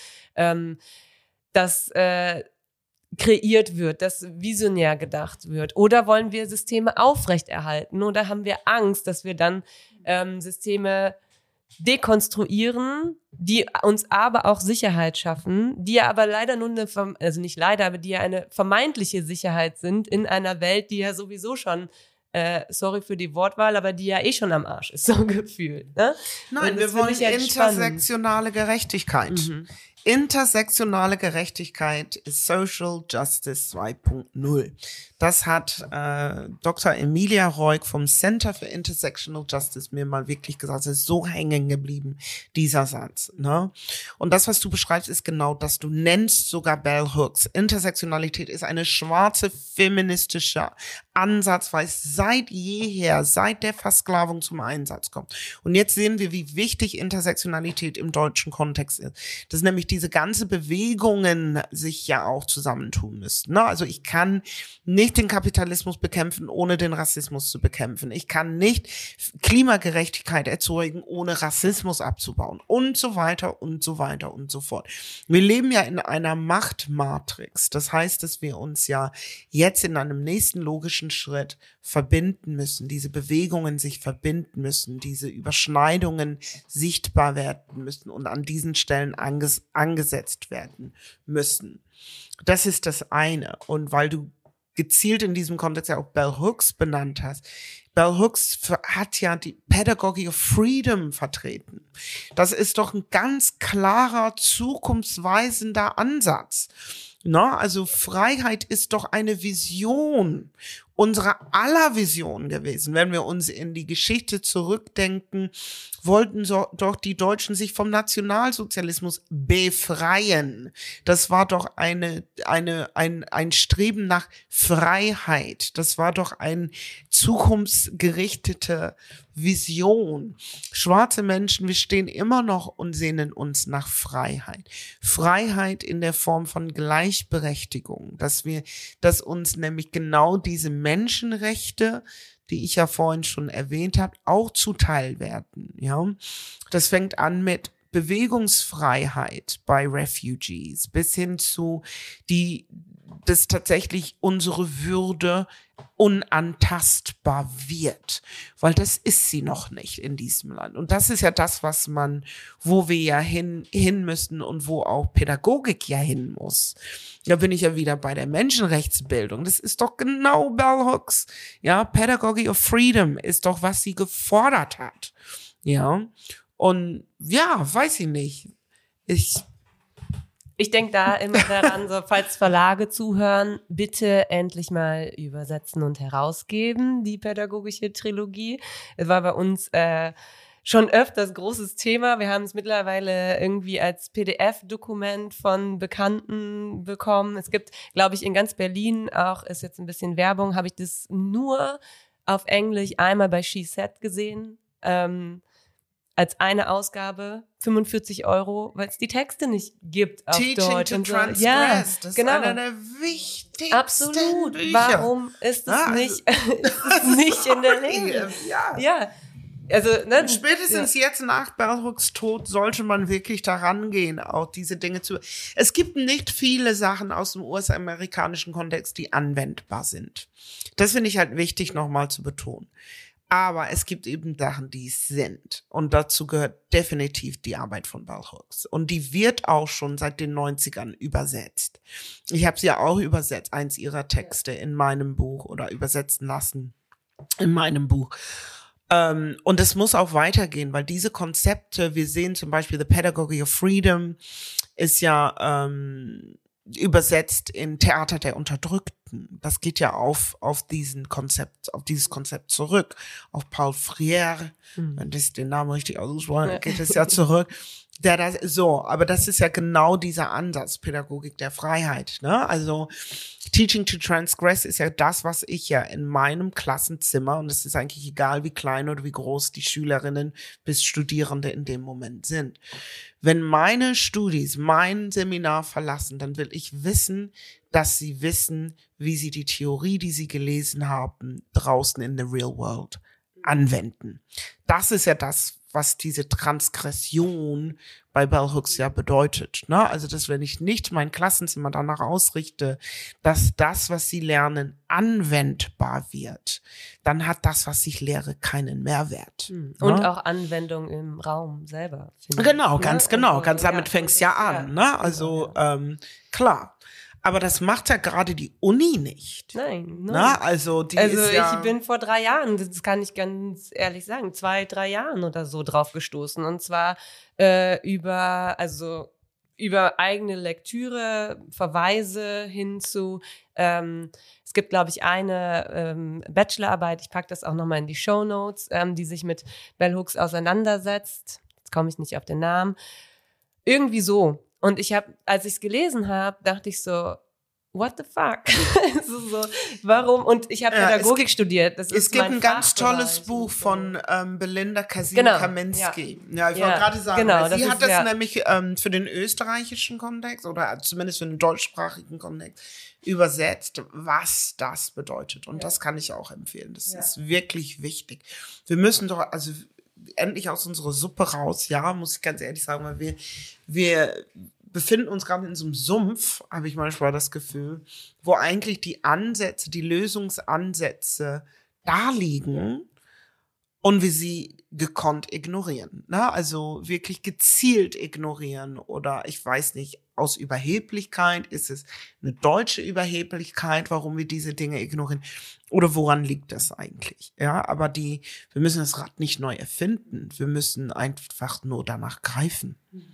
dass kreiert wird, dass visionär gedacht wird? Oder wollen wir Systeme aufrechterhalten? Oder haben wir Angst, dass wir dann Systeme dekonstruieren, die uns aber auch Sicherheit schaffen, die ja aber leider nur also nicht leider, aber die ja eine vermeintliche Sicherheit sind in einer Welt, die ja sowieso schon sorry für die Wortwahl, aber die ja schon am Arsch ist, so gefühlt. Ne? Nein, wir wollen intersektionale Gerechtigkeit. Intersektionale Gerechtigkeit ist Social Justice 2.0. Das hat Dr. Emilia Reuk vom Center for Intersectional Justice mir mal wirklich gesagt. Es ist so hängen geblieben, dieser Satz. Ne? Und das, was du beschreibst, ist genau das. Du nennst sogar Bell Hooks. Intersektionalität ist eine schwarze feministische Ansatz, weil es seit jeher, seit der Versklavung zum Einsatz kommt. Und jetzt sehen wir, wie wichtig Intersektionalität im deutschen Kontext ist. Das ist nämlich diese ganze Bewegungen sich ja auch zusammentun müssten. Ne? Also ich kann nicht den Kapitalismus bekämpfen, ohne den Rassismus zu bekämpfen. Ich kann nicht Klimagerechtigkeit erzeugen, ohne Rassismus abzubauen und so weiter und so weiter und so fort. Wir leben ja in einer Machtmatrix. Das heißt, dass wir uns ja jetzt in einem nächsten logischen Schritt verbinden müssen, diese Bewegungen sich verbinden müssen, diese Überschneidungen sichtbar werden müssen und an diesen Stellen angesetzt werden müssen. Das ist das eine. Und weil du gezielt in diesem Kontext ja auch Bell Hooks benannt hast. Bell Hooks hat ja die Pedagogy of Freedom vertreten. Das ist doch ein ganz klarer, zukunftsweisender Ansatz. Na, also Freiheit ist doch eine Vision, unserer aller Vision gewesen. Wenn wir uns in die Geschichte zurückdenken, wollten doch die Deutschen sich vom Nationalsozialismus befreien. Das war doch ein Streben nach Freiheit. Das war doch eine zukunftsgerichtete Vision. Schwarze Menschen, wir stehen immer noch und sehnen uns nach Freiheit. Freiheit in der Form von Gleichberechtigung, dass uns nämlich genau diese Menschenrechte, die ich ja vorhin schon erwähnt habe, auch zuteil werden. Ja, das fängt an mit Bewegungsfreiheit bei Refugees bis hin zu dass tatsächlich unsere Würde unantastbar wird, weil das ist sie noch nicht in diesem Land. Und das ist ja das, wo wir ja hin müssen und wo auch Pädagogik ja hin muss. Da bin ich ja wieder bei der Menschenrechtsbildung. Das ist doch genau Bell Hooks. Ja, Pedagogy of Freedom ist doch, was sie gefordert hat. Ja, und ja, weiß ich nicht. Ich denke da immer daran, so falls Verlage zuhören, bitte endlich mal übersetzen und herausgeben, die pädagogische Trilogie. Es war bei uns schon öfters großes Thema. Wir haben es mittlerweile irgendwie als PDF-Dokument von Bekannten bekommen. Es gibt, glaube ich, in ganz Berlin auch, ist jetzt ein bisschen Werbung, habe ich das nur auf Englisch einmal bei She Said gesehen. Als eine Ausgabe 45 €, weil es die Texte nicht gibt auf Teaching Deutsch. to und so. Transgress, Ja, das genau. ist einer der wichtigsten Absolut. Bücher. Warum ist es nicht in der Lehre? Ja. Also, ne, spätestens jetzt nach Bell Hooks Tod sollte man wirklich daran gehen, auch diese Dinge zu. Es gibt nicht viele Sachen aus dem US-amerikanischen Kontext, die anwendbar sind. Das finde ich halt wichtig, nochmal zu betonen. Aber es gibt eben Sachen, die es sind. Und dazu gehört definitiv die Arbeit von Bell Hooks. Und die wird auch schon seit den 90ern übersetzt. Ich habe sie ja auch übersetzt, eins ihrer Texte in meinem Buch oder übersetzen lassen in meinem Buch. Und es muss auch weitergehen, weil diese Konzepte, wir sehen zum Beispiel The Pedagogy of Freedom, ist ja übersetzt in Theater der Unterdrückten. Das geht ja auf dieses Konzept zurück. Auf Paul Freire, wenn ich den Namen richtig ausspreche, geht es ja zurück. Aber das ist ja genau dieser Ansatz, Pädagogik der Freiheit, ne? Also, Teaching to Transgress ist ja das, was ich ja in meinem Klassenzimmer, und es ist eigentlich egal, wie klein oder wie groß die Schülerinnen bis Studierende in dem Moment sind. Wenn meine Studis mein Seminar verlassen, dann will ich wissen, dass sie wissen, wie sie die Theorie, die sie gelesen haben, draußen in the real world anwenden. Das ist ja das, was diese Transgression bei Bell Hooks ja bedeutet, ne? Also, dass wenn ich nicht mein Klassenzimmer danach ausrichte, dass das, was sie lernen, anwendbar wird, dann hat das, was ich lehre, keinen Mehrwert. Und ne? auch Anwendung im Raum selber. Genau, ganz genau. Also, Ganz damit fängt's ja an, ne? Also, klar. Aber das macht ja gerade die Uni nicht. Nein. Na, also die ist ja ich bin vor 3 Jahren, das kann ich ganz ehrlich sagen, 2, 3 Jahren oder so drauf gestoßen. Und zwar über eigene Lektüre, Verweise hin zu, es gibt, glaube ich, eine Bachelorarbeit, ich packe das auch nochmal in die Shownotes, die sich mit Bell Hooks auseinandersetzt. Jetzt komme ich nicht auf den Namen. Irgendwie so. Und als ich es gelesen habe, dachte ich so, what the fuck? so, warum? Und ich habe Pädagogik studiert. Es gibt ein ganz tolles Buch von Belinda Kaminski. Ja, ich wollte gerade sagen, sie hat das nämlich für den österreichischen Kontext oder zumindest für den deutschsprachigen Kontext übersetzt, was das bedeutet. Und das kann ich auch empfehlen. Das ist wirklich wichtig. Wir müssen doch, also endlich aus unserer Suppe raus, muss ich ganz ehrlich sagen, weil wir befinden uns gerade in so einem Sumpf, habe ich manchmal das Gefühl, wo eigentlich die Lösungsansätze da liegen und wir sie gekonnt ignorieren. Ne? Also wirklich gezielt ignorieren oder ich weiß nicht, aus Überheblichkeit, ist es eine deutsche Überheblichkeit, warum wir diese Dinge ignorieren oder woran liegt das eigentlich? Ja, aber wir müssen das Rad nicht neu erfinden, wir müssen einfach nur danach greifen.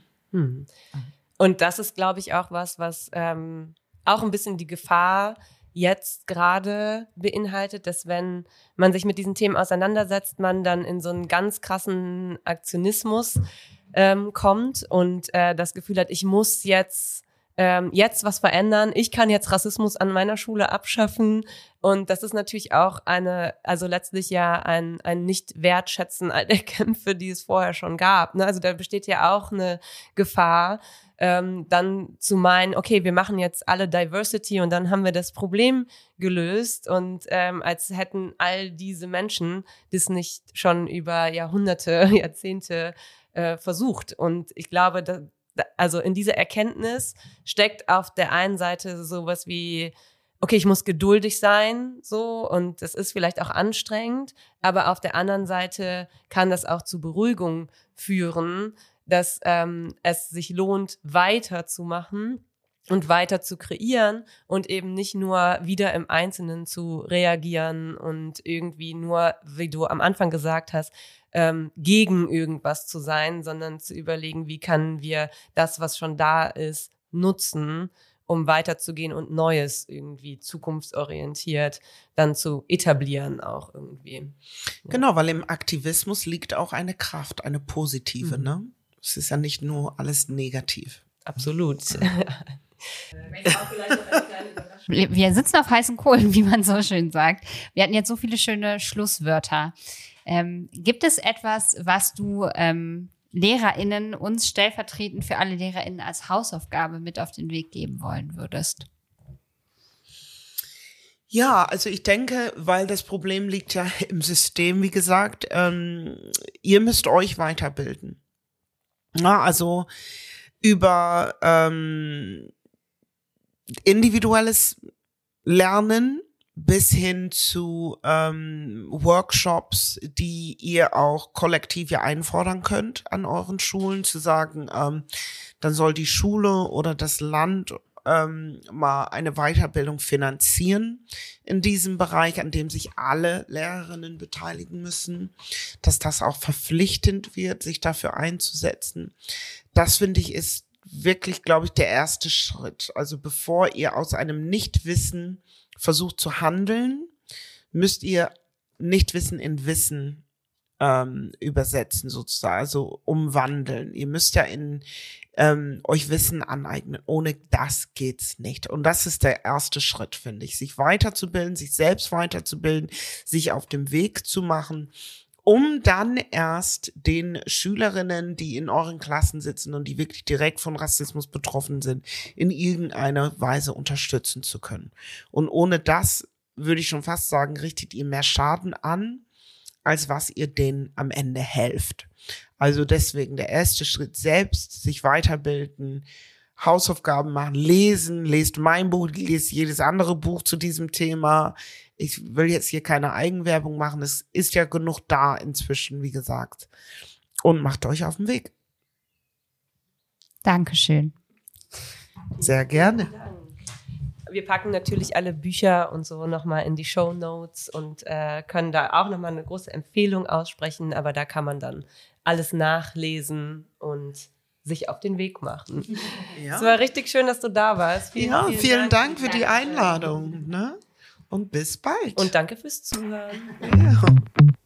Und das ist, glaube ich, auch was auch ein bisschen die Gefahr jetzt gerade beinhaltet, dass wenn man sich mit diesen Themen auseinandersetzt, man dann in so einen ganz krassen Aktionismus kommt und das Gefühl hat, ich muss jetzt was verändern, ich kann jetzt Rassismus an meiner Schule abschaffen und das ist natürlich auch letztlich ja ein Nicht-Wertschätzen all der Kämpfe, die es vorher schon gab. Ne? Also da besteht ja auch eine Gefahr, dann zu meinen, okay, wir machen jetzt alle Diversity und dann haben wir das Problem gelöst und als hätten all diese Menschen das nicht schon über Jahrhunderte, Jahrzehnte versucht. Und ich glaube, also in dieser Erkenntnis steckt auf der einen Seite sowas wie, okay, ich muss geduldig sein, so, und das ist vielleicht auch anstrengend, aber auf der anderen Seite kann das auch zu Beruhigung führen, dass es sich lohnt, weiterzumachen und weiter zu kreieren und eben nicht nur wieder im Einzelnen zu reagieren und irgendwie nur, wie du am Anfang gesagt hast, gegen irgendwas zu sein, sondern zu überlegen, wie können wir das, was schon da ist, nutzen, um weiterzugehen und Neues irgendwie zukunftsorientiert dann zu etablieren auch irgendwie. Ja. Genau, weil im Aktivismus liegt auch eine Kraft, eine positive, ne? Es ist ja nicht nur alles negativ. Absolut. Wir sitzen auf heißen Kohlen, wie man so schön sagt. Wir hatten jetzt so viele schöne Schlusswörter. Gibt es etwas, was du LehrerInnen, uns stellvertretend für alle LehrerInnen als Hausaufgabe mit auf den Weg geben wollen würdest? Ja, also ich denke, weil das Problem liegt ja im System, wie gesagt, ihr müsst euch weiterbilden. Na, also über individuelles Lernen bis hin zu Workshops, die ihr auch kollektiv ja einfordern könnt an euren Schulen, zu sagen, dann soll die Schule oder das Land mal eine Weiterbildung finanzieren in diesem Bereich, an dem sich alle Lehrerinnen beteiligen müssen, dass das auch verpflichtend wird, sich dafür einzusetzen. Das, finde ich, ist wirklich, glaube ich, der erste Schritt. Also bevor ihr aus einem Nichtwissen versucht zu handeln, müsst ihr Nichtwissen in Wissen übersetzen sozusagen, also umwandeln. Ihr müsst ja euch Wissen aneignen. Ohne das geht's nicht. Und das ist der erste Schritt, finde ich. Sich weiterzubilden, sich selbst weiterzubilden, sich auf dem Weg zu machen, um dann erst den Schülerinnen, die in euren Klassen sitzen und die wirklich direkt von Rassismus betroffen sind, in irgendeiner Weise unterstützen zu können. Und ohne das, würde ich schon fast sagen, richtet ihr mehr Schaden an, als was ihr denen am Ende helft. Also deswegen der erste Schritt selbst, sich weiterbilden, Hausaufgaben machen, lesen, lest mein Buch, lest jedes andere Buch zu diesem Thema. Ich will jetzt hier keine Eigenwerbung machen, es ist ja genug da inzwischen, wie gesagt. Und macht euch auf den Weg. Dankeschön. Sehr gerne. Wir packen natürlich alle Bücher und so nochmal in die Shownotes und können da auch nochmal eine große Empfehlung aussprechen, aber da kann man dann alles nachlesen und sich auf den Weg machen. Ja. Es war richtig schön, dass du da warst. Vielen Dank für die Einladung. Ne? Und bis bald. Und danke fürs Zuhören. Ja.